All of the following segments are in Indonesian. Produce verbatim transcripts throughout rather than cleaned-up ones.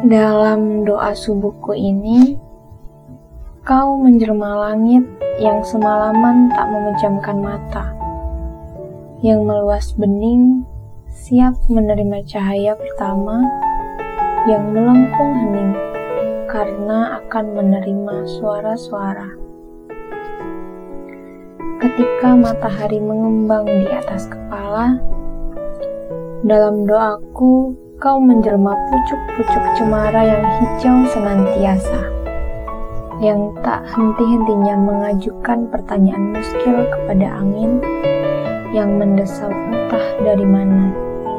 Dalam doa subuhku ini, kau menjelma langit yang semalaman tak memejamkan mata, yang meluas bening, siap menerima cahaya pertama, yang melengkung hening karena akan menerima suara-suara. Ketika matahari mengembang di atas kepala, dalam doaku kau menjelma pucuk-pucuk cemara yang hijau senantiasa, yang tak henti-hentinya mengajukan pertanyaan muskil kepada angin yang mendesau entah dari mana.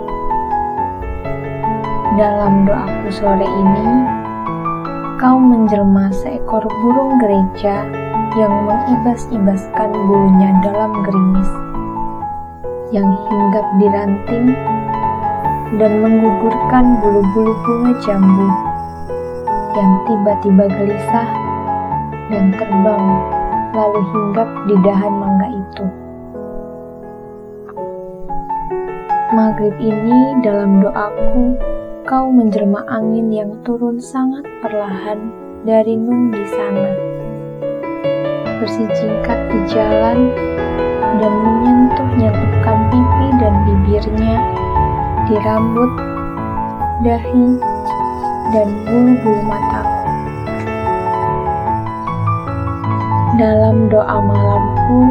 Dalam doaku sore ini, kau menjelma seekor burung gereja yang mengibas-ibaskan bulunya dalam gerimis, yang hinggap di ranting dan menggugurkan bulu-bulu bunga jambu yang tiba-tiba gelisah dan terbang lalu hinggap di dahan mangga itu. Maghrib ini dalam doaku kau menjelma angin yang turun sangat perlahan dari nun di sana, bersijingkat di jalan dan menyentuh-nyentuhkan pipi dan bibirnya di rambut, dahi, dan bulu-bulu mataku. Dalam doa malamku,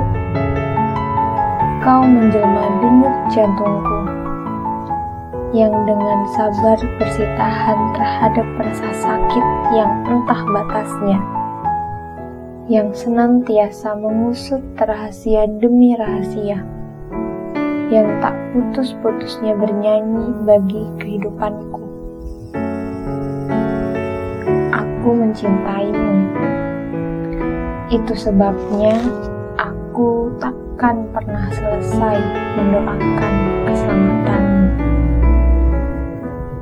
kau menjelma denyut jantungku, yang dengan sabar bersitahan terhadap rasa sakit yang entah batasnya, yang senantiasa mengusut rahasia demi rahasia, yang tak putus-putusnya bernyanyi bagi kehidupanku. Aku mencintaimu. Itu sebabnya aku takkan pernah selesai mendoakan.